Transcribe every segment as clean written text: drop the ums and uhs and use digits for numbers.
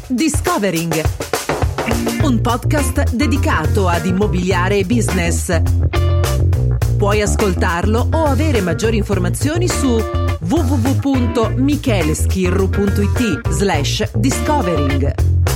Discovering, un podcast dedicato ad immobiliare e business. Puoi ascoltarlo o avere maggiori informazioni su www.micheleschirru.it/discovering.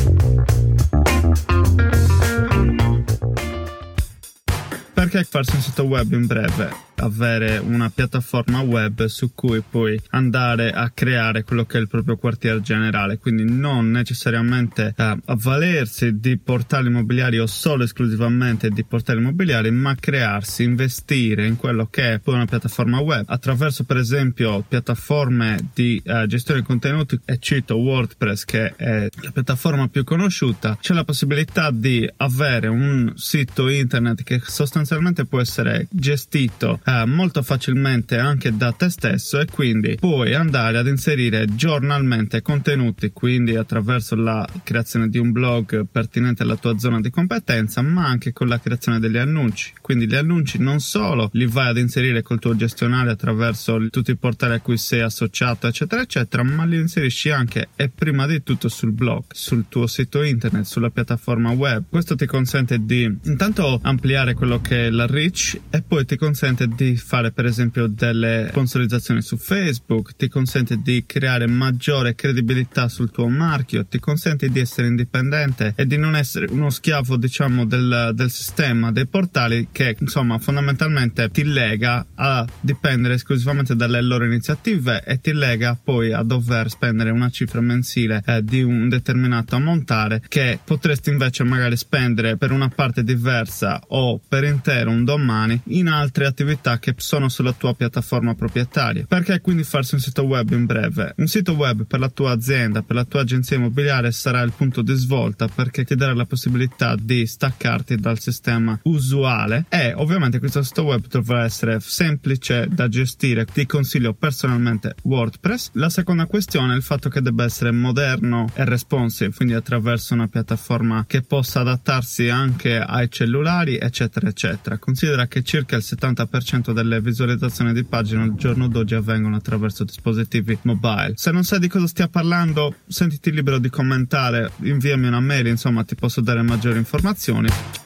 Perché farsi un sito web in breve? Avere una piattaforma web su cui puoi andare a creare quello che è il proprio quartier generale, quindi non necessariamente avvalersi di portali immobiliari o solo esclusivamente di portali immobiliari, ma crearsi, investire in quello che è poi una piattaforma web attraverso per esempio piattaforme di gestione di contenuti, e cito WordPress che è la piattaforma più conosciuta. C'è la possibilità di avere un sito internet che sostanzialmente può essere gestito molto facilmente anche da te stesso, e quindi puoi andare ad inserire giornalmente contenuti, quindi attraverso la creazione di un blog pertinente alla tua zona di competenza, ma anche con la creazione degli annunci. Quindi gli annunci non solo li vai ad inserire col tuo gestionale attraverso tutti i portali a cui sei associato eccetera eccetera, ma li inserisci anche e prima di tutto sul blog, sul tuo sito internet, sulla piattaforma web. Questo ti consente di intanto ampliare quello che è la reach, e poi ti consente di fare per esempio delle sponsorizzazioni su Facebook, ti consente di creare maggiore credibilità sul tuo marchio, ti consente di essere indipendente e di non essere uno schiavo, diciamo, del sistema dei portali, che insomma fondamentalmente ti lega a dipendere esclusivamente dalle loro iniziative e ti lega poi a dover spendere una cifra mensile di un determinato ammontare, che potresti invece magari spendere per una parte diversa o per intero un domani in altre attività che sono sulla tua piattaforma proprietaria. Perché quindi farsi un sito web in breve? Un sito web per la tua azienda, per la tua agenzia immobiliare sarà il punto di svolta, perché ti darà la possibilità di staccarti dal sistema usuale, e ovviamente questo sito web dovrà essere semplice da gestire. Ti consiglio personalmente WordPress. La seconda questione è il fatto che debba essere moderno e responsive, quindi attraverso una piattaforma che possa adattarsi anche ai cellulari eccetera eccetera. Considera che circa il 70% delle visualizzazioni di pagina al giorno d'oggi avvengono attraverso dispositivi mobile. Se non sai di cosa stia parlando, sentiti libero di commentare, inviami una mail, insomma ti posso dare maggiori informazioni.